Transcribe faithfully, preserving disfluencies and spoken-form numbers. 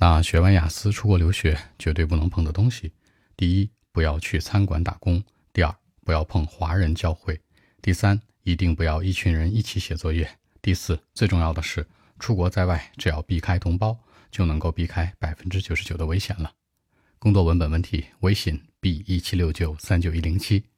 那学完雅思出国留学绝对不能碰的东西：第一，不要去餐馆打工；第二，不要碰华人教会；第三，一定不要一群人一起写作业；第四，最重要的是，出国在外只要避开同胞，就能够避开 百分之九十九 的危险了。更多文本问题，微信 b 一七六九三九一零七。